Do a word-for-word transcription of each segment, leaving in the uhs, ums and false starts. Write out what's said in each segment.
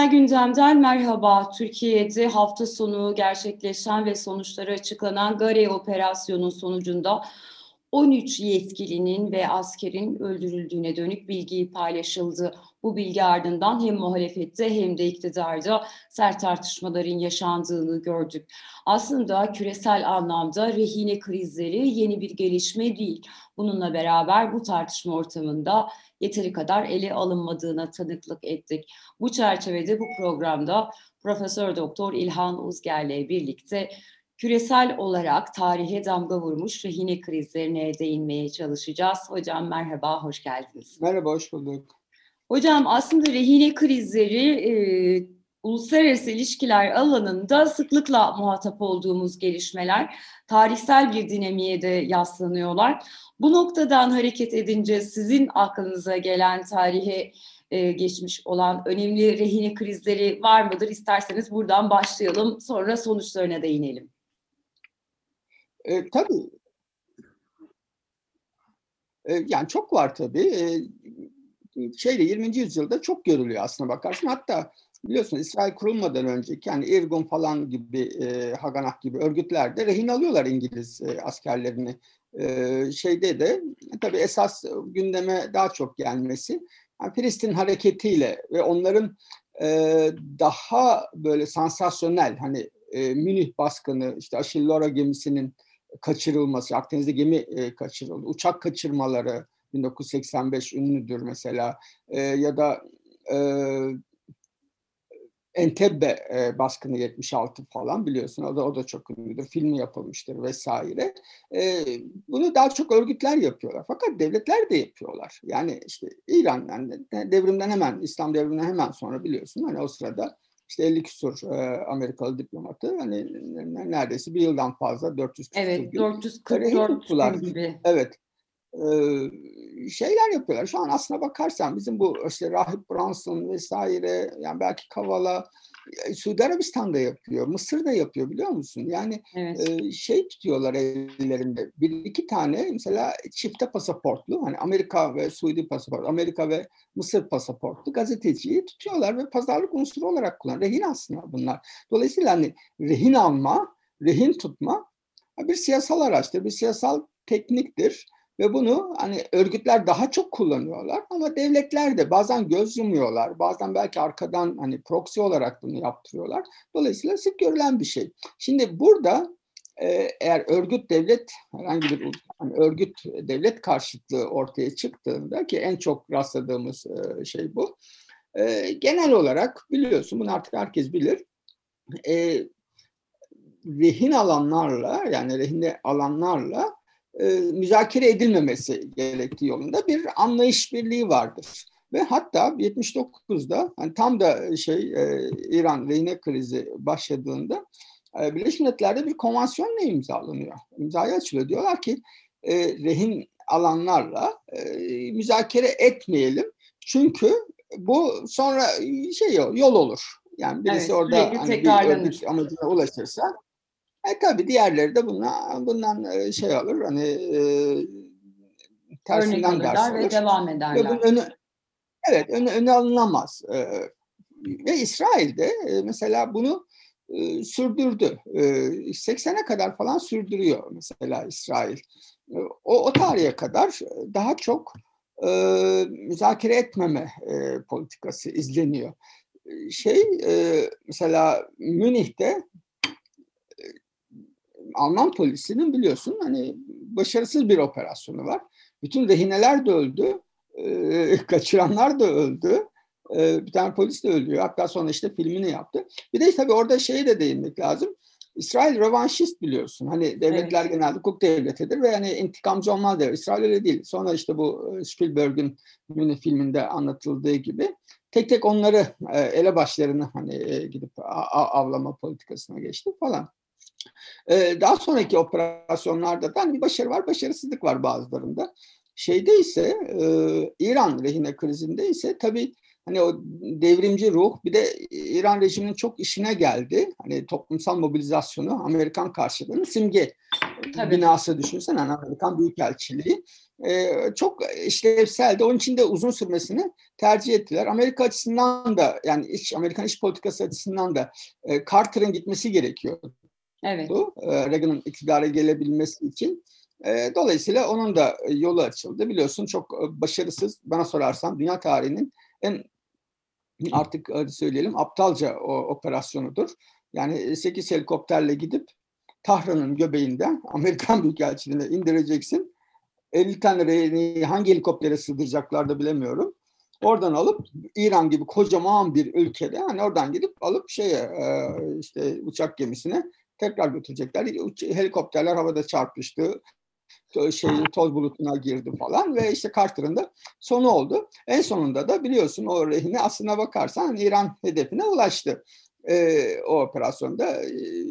Güncel gündemden merhaba. Türkiye'de hafta sonu gerçekleşen ve sonuçları açıklanan Gare operasyonu sonucunda on üç yetkilinin ve askerin öldürüldüğüne dönük bilgi paylaşıldı. Bu bilgi ardından hem muhalefette hem de iktidarda sert tartışmaların yaşandığını gördük. Aslında küresel anlamda rehine krizleri yeni bir gelişme değil. Bununla beraber bu tartışma ortamında yeteri kadar ele alınmadığına tanıklık ettik. Bu çerçevede bu programda Profesör Doktor İlhan Uzger'le birlikte küresel olarak tarihe damga vurmuş rehine krizlerine değinmeye çalışacağız. Hocam merhaba, hoş geldiniz. Merhaba, hoş bulduk. Hocam aslında rehine krizleri e, uluslararası ilişkiler alanında sıklıkla muhatap olduğumuz gelişmeler, tarihsel bir dinamiğe de yaslanıyorlar. Bu noktadan hareket edince sizin aklınıza gelen tarihe e, geçmiş olan önemli rehine krizleri var mıdır? İsterseniz buradan başlayalım, sonra sonuçlarına değinelim. E, tabii, e, yani çok var tabii. E, şeyde yirminci yüzyılda çok görülüyor aslına bakarsın. Hatta biliyorsun İsrail kurulmadan önceki yani Irgun falan gibi, e, Haganah gibi örgütlerde rehin alıyorlar İngiliz e, askerlerini. E, şeyde de tabii esas gündeme daha çok gelmesi yani Filistin hareketiyle ve onların e, daha böyle sansasyonel hani e, Münih baskını, işte Achille Lauro gemisinin kaçırılması, Akdeniz'de gemi e, kaçırıldı, uçak kaçırmaları bin dokuz yüz seksen beş ünlüdür mesela, e, ya da e, Entebbe e, baskını yetmiş altı falan biliyorsun, o da o da çok ünlüdür, filmi yapılmıştır vesaire. E, bunu daha çok örgütler yapıyorlar, fakat devletler de yapıyorlar. Yani işte İran, yani devrimden hemen, İslam devriminden hemen sonra biliyorsun, hani o sırada işte elli küsur e, Amerikalı diplomatı hani neredeyse bir yıldan fazla, dört yüz küsur Evet, gün rehin dört yüz kırk dört tuttular. gün gibi. Evet. Ee, şeyler yapıyorlar. Şu an aslına bakarsan bizim bu işte Rahip Brunson vesaire, yani belki Kavala, Suudi Arabistan'da yapıyor, Mısır'da yapıyor, biliyor musun? Yani Evet. e, şey tutuyorlar ellerinde. Bir iki tane mesela çifte pasaportlu, hani Amerika ve Suudi pasaport, Amerika ve Mısır pasaportlu gazeteciyi tutuyorlar ve pazarlık unsuru olarak kullanıyorlar. Rehin aslında bunlar. Dolayısıyla hani rehin alma, rehin tutma bir siyasal araçtır, bir siyasal tekniktir. Ve bunu hani örgütler daha çok kullanıyorlar ama devletler de bazen göz yumuyorlar. Bazen belki arkadan hani proxy olarak bunu yaptırıyorlar. Dolayısıyla sık görülen bir şey. Şimdi burada e, eğer örgüt devlet, herhangi bir hani örgüt devlet karşıtlığı ortaya çıktığında, ki en çok rastladığımız e, şey bu. E, genel olarak biliyorsun, bunu artık herkes bilir. E, rehin alanlarla, yani rehine alanlarla e, müzakere edilmemesi gerektiği yolunda bir anlayış birliği vardır. Ve hatta yetmiş dokuzda hani tam da şey e, İran rehine krizi başladığında e, Birleşmiş Milletler'de bir konvansiyonla imzalanıyor. İmzaya açılıyor. Diyorlar ki e, rehin alanlarla e, müzakere etmeyelim. Çünkü bu sonra şey yol olur. Yani birisi Evet, orada sürekli hani bir tekrarlanır. örgüt amacına ulaşırsa, e tabii diğerleri de bundan, bundan e, şey alır, hani e, Örnek tersinden ders alırlar ve alır. devam Ve bunun ederler. önü, evet, önü, önü alınamaz. E, ve İsrail'de e, mesela bunu e, sürdürdü. E, seksene kadar falan sürdürüyor mesela İsrail. E, o, o tarihe kadar daha çok e, müzakere etmeme e, politikası izleniyor. E, Şey e, mesela Münih'te Alman polisinin biliyorsun hani başarısız bir operasyonu var. Bütün rehineler de öldü. E, kaçıranlar da öldü. E, bir tane polis de öldü. Hatta sonra işte filmini yaptı. Bir de tabii orada şeye de değinmek lazım. İsrail rövanşist, biliyorsun. Hani devletler Evet. genelde hukuk devletidir ve hani intikamcı olmaz der. İsrail öyle değil. Sonra işte bu Spielberg'in filminde anlatıldığı gibi tek tek onları e, elebaşlarını hani e, gidip avlama politikasına geçti falan. Ee, daha sonraki operasyonlarda da hani bir başarı var, başarısızlık var bazılarında. Şeyde ise e, İran rehine krizinde ise tabii hani o devrimci ruh bir de İran rejiminin çok işine geldi. Hani toplumsal mobilizasyonu, Amerikan karşılığının simge Tabii. binası düşünsen, hani Amerikan Büyükelçiliği. e, çok işlevseldi. Onun için de uzun sürmesini tercih ettiler. Amerika açısından da yani iç, Amerikan iç politikası açısından da e, Carter'ın gitmesi gerekiyordu. Evet. E, Reagan'ın iktidara gelebilmesi için. E, dolayısıyla onun da yolu açıldı. Biliyorsun çok başarısız, bana sorarsan dünya tarihinin en artık hadi söyleyelim aptalca o operasyonudur. Yani sekiz helikopterle gidip Tahran'ın göbeğinden Amerikan Büyükelçiliğine indireceksin. elli tane reyini hangi helikoptere sığdıracaklar da bilemiyorum. Oradan alıp İran gibi kocaman bir ülkede hani oradan gidip alıp şeye işte uçak gemisine tekrar götürecekler. Helikopterler havada çarpıştı. Şey, toz bulutuna girdi falan ve işte Carter'ın da sonu oldu. En sonunda da biliyorsun o rehine aslına bakarsan İran hedefine ulaştı. Ee, o operasyonda e,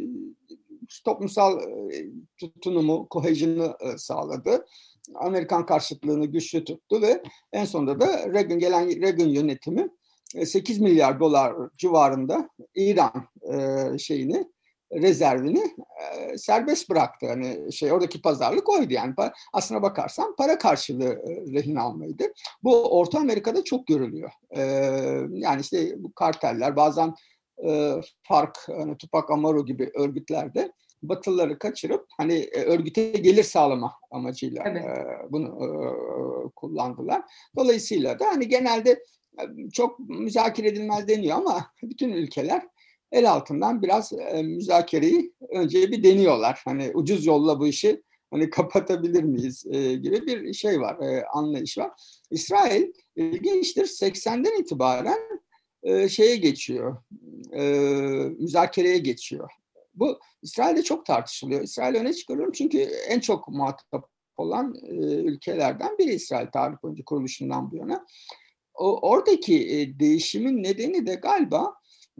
toplumsal e, tutunumu, kohezini e, sağladı. Amerikan karşıtlığını güçlü tuttu ve en sonunda da Reagan gelen Reagan yönetimi sekiz milyar dolar civarında İran e, şeyini rezervini e, serbest bıraktı. Hani şey oradaki pazarlık oydu yani. Aslına bakarsan para karşılığı e, rehin almaydı. Bu Orta Amerika'da çok görülüyor. E, yani işte bu karteller bazen e, FARC, hani Tupac Amaru gibi örgütlerde Batılıları kaçırıp hani e, örgüte gelir sağlama amacıyla Evet. e, bunu e, kullandılar. Dolayısıyla da hani genelde e, çok müzakere edilmez deniyor ama bütün ülkeler el altından biraz e, müzakereyi önce bir deniyorlar. Hani ucuz yolla bu işi hani kapatabilir miyiz e, gibi bir şey var, e, anlayış var. İsrail ilginçtir. seksenden itibaren e, şeye geçiyor, e, müzakereye geçiyor. Bu İsrail'de çok tartışılıyor. İsrail öne çıkarıyorum çünkü en çok muhatap olan e, ülkelerden biri İsrail tarih boyunca kuruluşundan bu yana. O, oradaki e, değişimin nedeni de galiba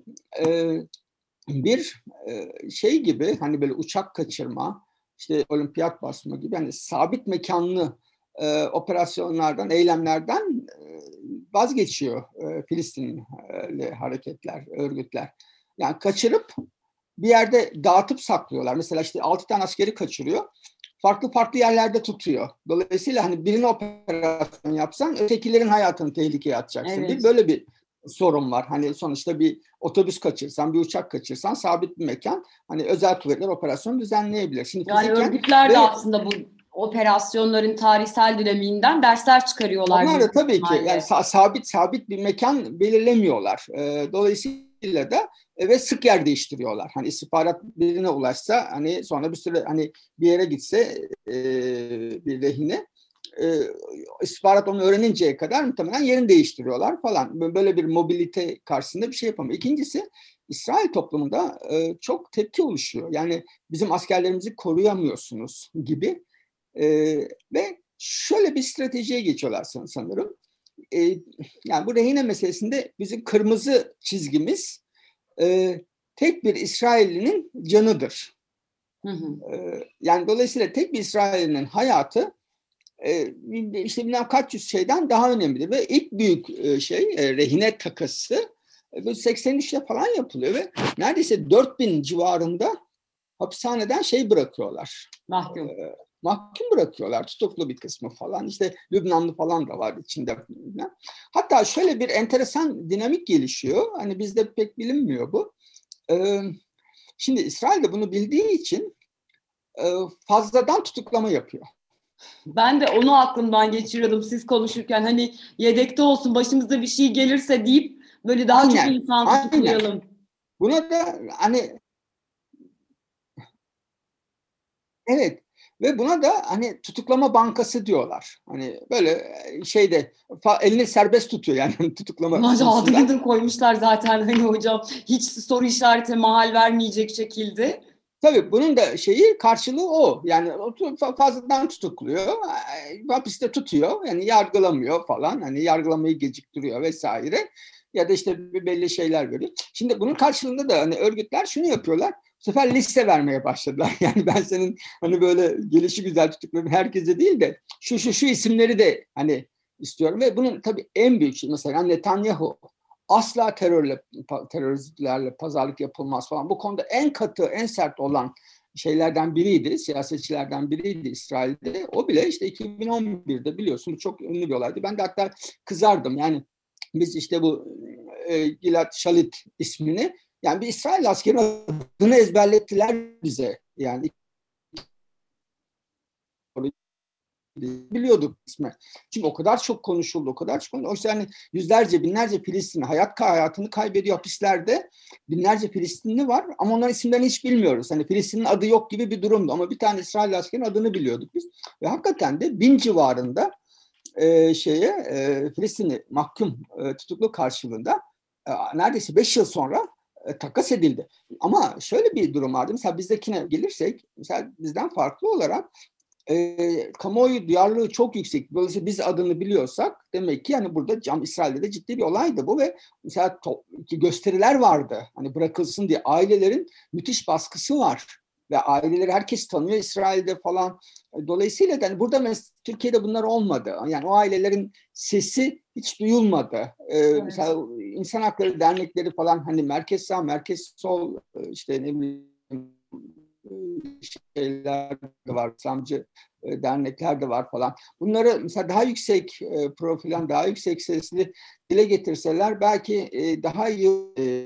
e, bir e, şey gibi hani böyle uçak kaçırma, işte olimpiyat basma gibi hani sabit mekanlı e, operasyonlardan, eylemlerden e, vazgeçiyor e, Filistinli hareketler, örgütler. Yani kaçırıp bir yerde dağıtıp saklıyorlar. Mesela işte altı tane askeri kaçırıyor. Farklı farklı yerlerde tutuyor. Dolayısıyla hani birine operasyon yapsan ötekilerin hayatını tehlikeye atacaksın. Evet. Bir böyle bir sorun var. Hani sonuçta bir otobüs kaçırsan, bir uçak kaçırsan sabit bir mekan. Hani özel kuvvetler operasyonu düzenleyebilir. Şimdi yani fiziken örgütler de ve aslında bu operasyonların tarihsel dinamiğinden dersler çıkarıyorlar. onlar da tabii ki yani ihtimalle. sabit sabit bir mekan belirlemiyorlar. E, dolayısıyla da e, ve sık yer değiştiriyorlar. Hani istihbarat birine ulaşsa hani sonra bir süre hani bir yere gitse e, bir rehine e, istihbarat onu öğreninceye kadar muhtemelen yerini değiştiriyorlar falan. Böyle bir mobilite karşısında bir şey yapamıyor. İkincisi İsrail toplumunda e, çok tepki oluşuyor. Yani bizim askerlerimizi koruyamıyorsunuz gibi e, ve şöyle bir stratejiye geçiyorlar sanırım. E, yani bu rehine meselesinde bizim kırmızı çizgimiz e, tek bir İsrailli'nin canıdır. Hı hı. E, yani dolayısıyla tek bir İsrailli'nin hayatı e, işte bilmem kaç yüz şeyden daha önemlidir. Ve ilk büyük e, şey e, rehine takası e, seksen üçte falan yapılıyor ve neredeyse dört bin civarında hapishaneden şey bırakıyorlar. Mahkum. E, mahkum bırakıyorlar. Tutuklu bir kısmı falan. İşte Lübnanlı falan da var içinde. Hatta şöyle bir enteresan dinamik gelişiyor. Hani bizde pek bilinmiyor bu. E, şimdi İsrail de bunu bildiği için e, fazladan tutuklama yapıyor. Ben de onu aklımdan geçiriyordum siz konuşurken. Hani yedekte olsun başımıza bir şey gelirse deyip böyle daha çok Aynen, insan aynen. tutuklayalım. Buna da hani evet ve buna da hani tutuklama bankası diyorlar. Hani böyle şeyde elini serbest tutuyor yani tutuklama konusunda. Adını da koymuşlar zaten hani hocam. Hiç soru işareti mahal vermeyecek şekilde. Tabii bunun da şeyi karşılığı o. Yani fazladan tutukluyor, hapiste tutuyor, yani yargılamıyor falan. Hani yargılamayı geciktiriyor vesaire. Ya da işte belli şeyler veriyor. Şimdi bunun karşılığında da hani örgütler şunu yapıyorlar. Bu sefer liste vermeye başladılar. Yani ben senin hani böyle gelişi güzel tutukladığın herkese değil de şu şu şu isimleri de hani istiyorum. Ve bunun tabii en büyük şey mesela Netanyahu asla terörle, teröristlerle pazarlık yapılmaz falan. Bu konuda en katı, en sert olan şeylerden biriydi, siyasetçilerden biriydi İsrail'de. O bile işte iki bin on birde biliyorsun çok ünlü bir olaydı. Ben de hatta kızardım. Yani biz işte bu e, Gilad Shalit ismini, yani bir İsrail askerinin adını ezberlettiler bize. Yani biliyorduk ismi. Çünkü o kadar çok konuşuldu, o kadar çok konuşuldu. Oysa yani yüzlerce, binlerce Filistinli hayat hayatını kaybediyor hapislerde. Binlerce Filistinli var ama onların isimlerini hiç bilmiyoruz. Hani Filistin'in adı yok gibi bir durumdu ama bir tane İsrail askerinin adını biliyorduk biz. Ve hakikaten de bin civarında e, şeye e, Filistinli mahkum e, tutuklu karşılığında e, neredeyse beş yıl sonra e, takas edildi. Ama şöyle bir durum vardı. Mesela bizdekine gelirsek, mesela bizden farklı olarak e, kamuoyu duyarlılığı çok yüksek. Dolayısıyla biz adını biliyorsak demek ki yani burada cam İsrail'de de ciddi bir olaydı bu ve mesela to- gösteriler vardı. Hani bırakılsın diye ailelerin müthiş baskısı var ve aileleri herkes tanıyor İsrail'de falan. Dolayısıyla da hani burada mesela Türkiye'de bunlar olmadı. Yani o ailelerin sesi hiç duyulmadı. Ee, Evet. Mesela insan hakları dernekleri falan hani merkez sağ, merkez sol işte ne bileyim şeyler de var, İslamcı e, dernekler de var falan. Bunları mesela daha yüksek e, profilen, daha yüksek sesli dile getirseler belki e, daha iyi e,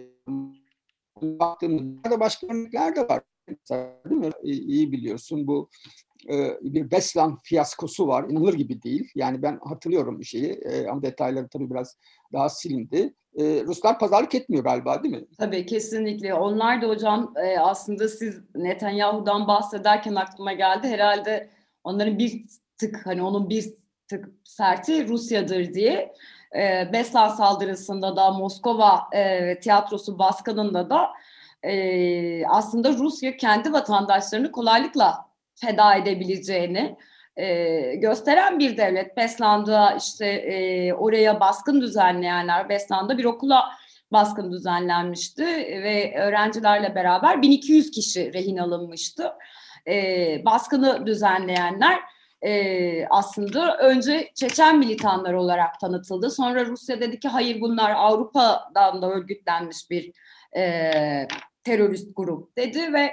baktığımızda başka örnekler de var. Mesela, değil mi? İyi, iyi biliyorsun bu e, bir Beslan fiyaskosu var. İnanılır gibi değil. Yani ben hatırlıyorum bir şeyi e, ama detayları tabii biraz daha silindi. E, Ruslar pazarlık etmiyor galiba, değil mi? Tabii kesinlikle. Onlar da hocam e, aslında siz Netanyahu'dan bahsederken aklıma geldi. Herhalde onların bir tık hani onun bir tık serti Rusya'dır diye. E, Beslan saldırısında da Moskova e, tiyatrosu baskınında da e, aslında Rusya kendi vatandaşlarını kolaylıkla feda edebileceğini e, gösteren bir devlet. Beslan'da işte e, oraya baskın düzenleyenler, Beslan'da bir okula baskın düzenlenmişti ve öğrencilerle beraber bin iki yüz kişi rehin alınmıştı. E, baskını düzenleyenler e, aslında önce Çeçen militanlar olarak tanıtıldı. Sonra Rusya dedi ki hayır bunlar Avrupa'dan da örgütlenmiş bir e, terörist grup dedi ve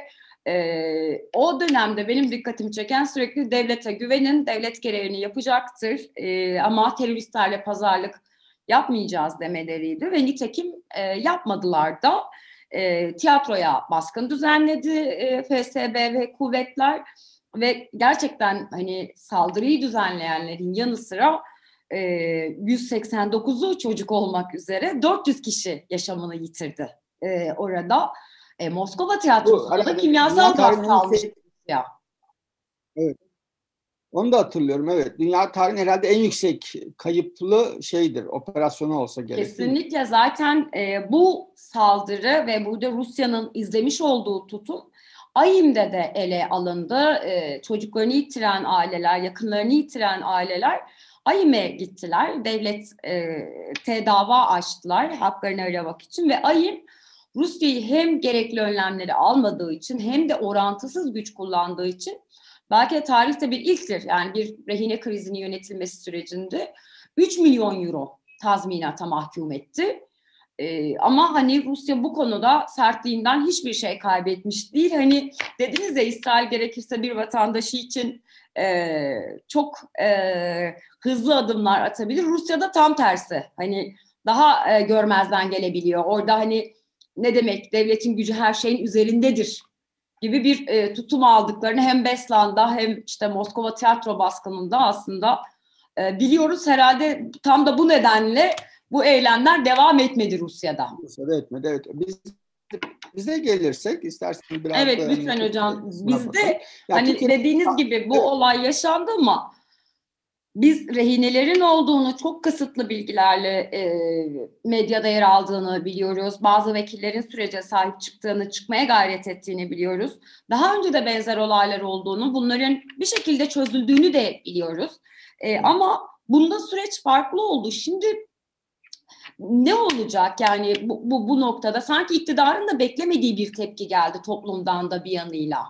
e, o dönemde benim dikkatimi çeken sürekli devlete güvenin, devlet gereğini yapacaktır e, ama teröristlerle pazarlık yapmayacağız demeleriydi ve nitekim e, yapmadılar da e, tiyatroya baskın düzenledi e, F S B ve kuvvetler ve gerçekten hani saldırıyı düzenleyenlerin yanı sıra e, yüz seksen dokuzu çocuk olmak üzere dört yüz kişi yaşamını yitirdi e, orada. E, Moskova Bu tiyatrosunda da herhalde dünya kimyasal gaz tarihinin en salmıştı yüksek. ya. Evet. Onu da hatırlıyorum, evet. Dünya tarihinin herhalde en yüksek kayıplı şeydir, operasyonu olsa gerek, değil mi? Kesinlikle zaten e, bu saldırı ve burada Rusya'nın izlemiş olduğu tutum AİM'de de ele alındı. E, çocuklarını yitiren aileler, yakınlarını yitiren aileler AİM'e gittiler. Devlet e, te dava açtılar haklarını aramak için ve AİM Rusya'yı hem gerekli önlemleri almadığı için hem de orantısız güç kullandığı için belki de tarihte bir ilktir. Yani bir rehine krizinin yönetilmesi sürecinde üç milyon euro tazminata mahkum etti. Ee, ama hani Rusya bu konuda sertliğinden hiçbir şey kaybetmiş değil. Hani dediniz ya İsrail gerekirse bir vatandaşı için e, çok e, hızlı adımlar atabilir. Rusya'da tam tersi. Hani daha e, görmezden gelebiliyor. Orada hani ne demek devletin gücü her şeyin üzerindedir gibi bir e, tutum aldıklarını hem Beslan'da hem işte Moskova tiyatro baskınında aslında e, biliyoruz. Herhalde tam da bu nedenle bu eylemler devam etmedi Rusya'da. Rusya'da etmedi, evet. Biz, bize gelirsek istersen biraz da Evet hani lütfen Türkiye hocam. kısmına bakalım. Bizde Ya hani Türkiye'de, dediğiniz gibi bu evet, olay yaşandı ama biz rehinelerin olduğunu çok kısıtlı bilgilerle e, medyada yer aldığını biliyoruz. Bazı vekillerin sürece sahip çıktığını, çıkmaya gayret ettiğini biliyoruz. Daha önce de benzer olaylar olduğunu, bunların bir şekilde çözüldüğünü de biliyoruz. E, ama bunda süreç farklı oldu. Şimdi ne olacak yani bu, bu, bu noktada? Sanki iktidarın da beklemediği bir tepki geldi toplumdan da bir yanıyla.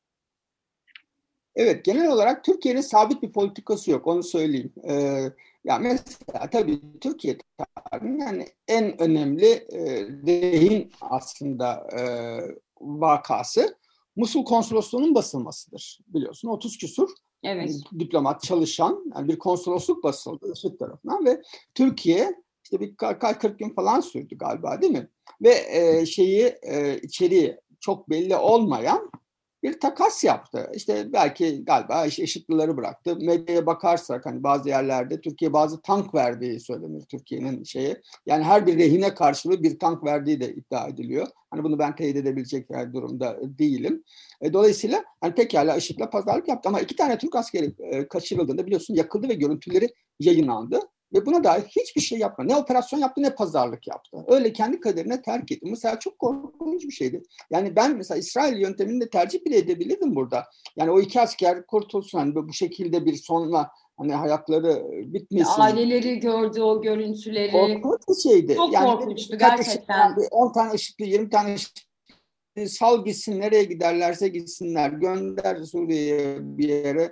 evet, genel olarak Türkiye'nin sabit bir politikası yok, onu söyleyeyim. Ee, ya mesela tabii Türkiye tarihinin yani en önemli e, rehin aslında e, vakası. Musul Konsolosluğu'nun basılmasıdır biliyorsun. otuz küsur Evet. yani diplomat çalışan yani bir konsolosluk basıldı IŞİD tarafından ve Türkiye işte bir kırk gün falan sürdü galiba değil mi? Ve e, şeyi e, içeriği çok belli olmayan bir takas yaptı. İşte belki galiba işte IŞİD'lileri bıraktı. Medyaya bakarsak hani bazı yerlerde Türkiye bazı tank verdiği söylenir Türkiye'nin şeyi. Yani her bir rehine karşılığı bir tank verdiği de iddia ediliyor. Hani bunu ben teyit edebilecek durumda değilim. E, dolayısıyla hani pekala IŞİD'le pazarlık yaptı ama iki tane Türk askeri e, kaçırıldığında biliyorsun yakıldı ve görüntüleri yayınlandı. Ve buna dair hiçbir şey yapmadı. Ne operasyon yaptı ne pazarlık yaptı. Öyle kendi kaderine terk etti. Mesela çok korkunç bir şeydi. Yani ben mesela İsrail yöntemini de tercih bile edebilirdim burada. Yani o iki asker kurtulsun. Hani bu şekilde bir sonla hani hayatları bitmesin. Aileleri gördü o görüntüleri. Korkunç bir şeydi. Çok Yani korkunçtu birkaç IŞİD, gerçekten. on tane IŞİD'li, yirmi tane IŞİD'li sal gitsin, nereye giderlerse gitsinler. Gönder Suriye'ye bir yere.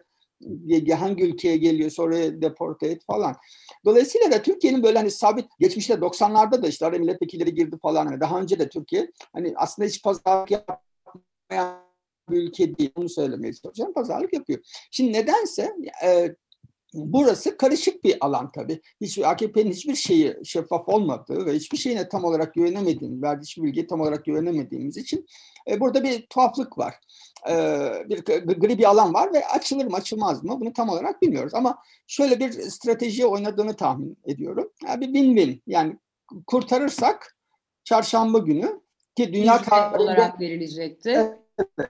Hangi ülkeye geliyorsa oraya deporte et falan. Dolayısıyla da Türkiye'nin böyle hani sabit geçmişte doksanlarda da işte araya milletvekilleri girdi falan. Hani daha önce de Türkiye hani aslında hiç pazarlık yapmayan bir ülke değil. Bunu söylemeye çalışacağım. Pazarlık yapıyor. Şimdi nedense e, burası karışık bir alan tabii. Hiç, A K P'nin hiçbir şeyi şeffaf olmadığı ve hiçbir şeyine tam olarak güvenemediğimiz, verdiği hiçbir bilgiye tam olarak güvenemediğimiz için e, burada bir tuhaflık var. E, bir gri bir alan var ve açılır mı açılmaz mı bunu tam olarak bilmiyoruz. Ama şöyle bir strateji oynadığını tahmin ediyorum. Yani bir win-win yani kurtarırsak çarşamba günü ki dünya Müjde tarihinde olarak verilecekti. evet,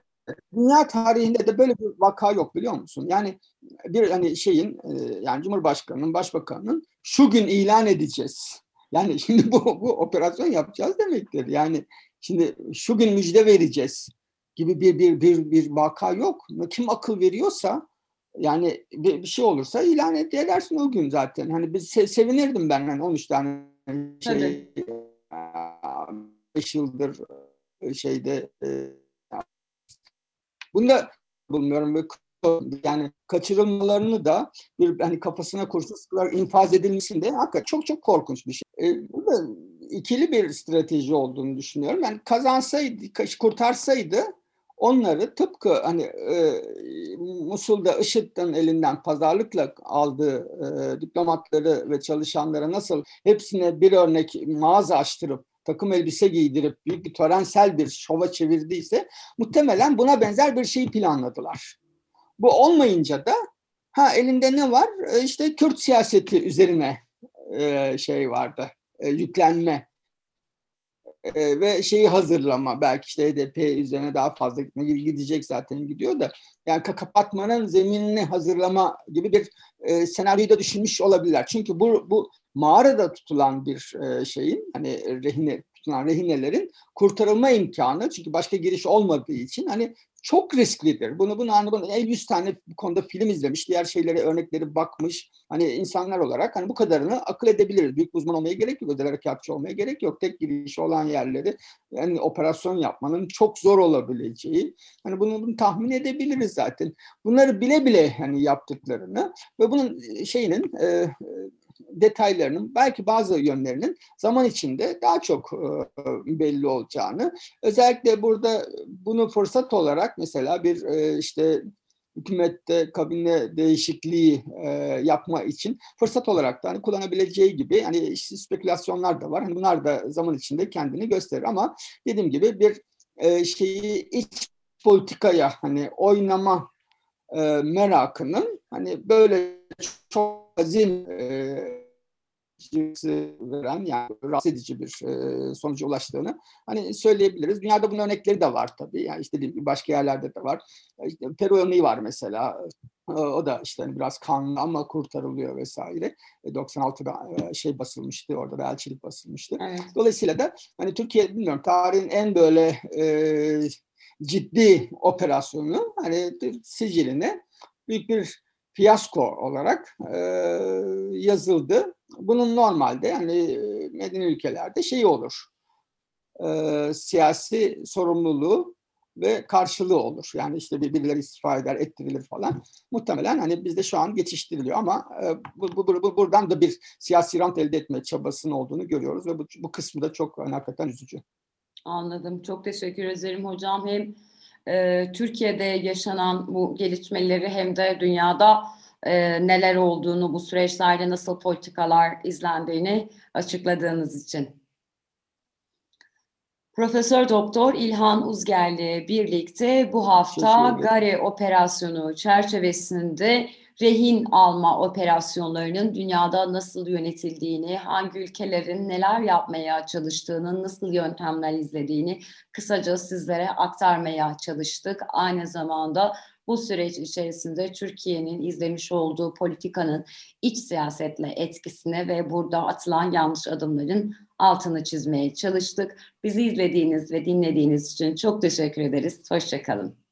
dünya tarihinde de böyle bir vaka yok biliyor musun? Yani bir hani şeyin yani Cumhurbaşkanı'nın, Başbakanı'nın şu gün ilan edeceğiz. Yani şimdi bu, bu operasyon yapacağız demektir. Yani şimdi şu gün müjde vereceğiz gibi bir bir bir bir vaka yok. Kim akıl veriyorsa yani bir, bir şey olursa ilan et edersin o gün zaten. Hani biz se- sevinirdim ben hani on üç tane Tabii. şey beş yıldır şeyde bunu da bulmuyorum. Yani kaçırılmalarını da bir hani kafasına kurşun sıkılarak infaz edilmesini de hakikaten çok çok korkunç bir şey. E, bu da ikili bir strateji olduğunu düşünüyorum. Yani kazansaydı, kurtarsaydı onları tıpkı hani e, Musul'da IŞİD'in elinden pazarlıkla aldığı e, diplomatları ve çalışanlara nasıl hepsine bir örnek mağaza açtırıp takım elbise giydirip büyük bir törensel bir şova çevirdiyse muhtemelen buna benzer bir şey planladılar. Bu olmayınca da ha elinde ne var? E, İşte Kürt siyaseti üzerine e, şey vardı. E, yüklenme e, ve şeyi hazırlama. Belki işte H D P üzerine daha fazla gidecek zaten gidiyor da. Yani kapatmanın zeminini hazırlama gibi bir e, senaryoyu da düşünmüş olabilirler. Çünkü bu, bu mağarada tutulan bir e, şeyin hani rehine tutulan rehinelerin kurtarılma imkanı çünkü başka giriş olmadığı için hani çok risklidir. Bunu bunu anladım. yüz tane bu konuda film izlemiş, diğer şeylere örnekleri bakmış. Hani insanlar olarak hani bu kadarını akıl edebiliriz. Büyük uzman olmaya gerek yok, özel harekatçı olmaya gerek yok. Tek girişi olan yerleri yani operasyon yapmanın çok zor olabileceği. Hani bunu, bunu tahmin edebiliriz zaten. Bunları bile bile hani yaptıklarını ve bunun şeyinin e, detaylarının belki bazı yönlerinin zaman içinde daha çok e, belli olacağını özellikle burada bunu fırsat olarak mesela bir e, işte hükümette kabine değişikliği e, yapma için fırsat olarak da hani kullanabileceği gibi hani işte spekülasyonlar da var. Hani bunlar da zaman içinde kendini gösterir ama dediğim gibi bir e, şeyi iç politikaya hani oynama e, merakının hani böyle çok azim e, veren yani rahatsız edici bir e, sonuca ulaştığını hani söyleyebiliriz. Dünyada bunun örnekleri de var tabii. Yani işte başka yerlerde de var. İşte Peru örneği var mesela. O da işte hani biraz kanlı ama kurtarılıyor vesaire. doksan altıda şey basılmıştı orada da elçilik basılmıştı. Evet. Dolayısıyla da hani Türkiye bilmiyorum tarihin en böyle e, ciddi operasyonu hani siciline büyük bir fiyasko olarak e, yazıldı. Bunun normalde yani medeni ülkelerde şey olur. E, siyasi sorumluluğu ve karşılığı olur. Yani işte birileri istifa eder, ettirilir falan. Muhtemelen hani bizde şu an geçiştiriliyor ama e, bu, bu, bu, buradan da bir siyasi rant elde etme çabasının olduğunu görüyoruz ve bu, bu kısmı da çok hani, hakikaten üzücü. Anladım. Çok teşekkür ederim hocam. Hem e, Türkiye'de yaşanan bu gelişmeleri hem de dünyada e, neler olduğunu, bu süreçlerde nasıl politikalar izlendiğini açıkladığınız için. Profesör Doktor İlhan Uzger'le birlikte bu hafta Gare operasyonu çerçevesinde rehin alma operasyonlarının dünyada nasıl yönetildiğini, hangi ülkelerin neler yapmaya çalıştığını, nasıl yöntemler izlediğini kısaca sizlere aktarmaya çalıştık. Aynı zamanda bu süreç içerisinde Türkiye'nin izlemiş olduğu politikanın iç siyasetle etkisine ve burada atılan yanlış adımların altını çizmeye çalıştık. Bizi izlediğiniz ve dinlediğiniz için çok teşekkür ederiz. Hoşça kalın.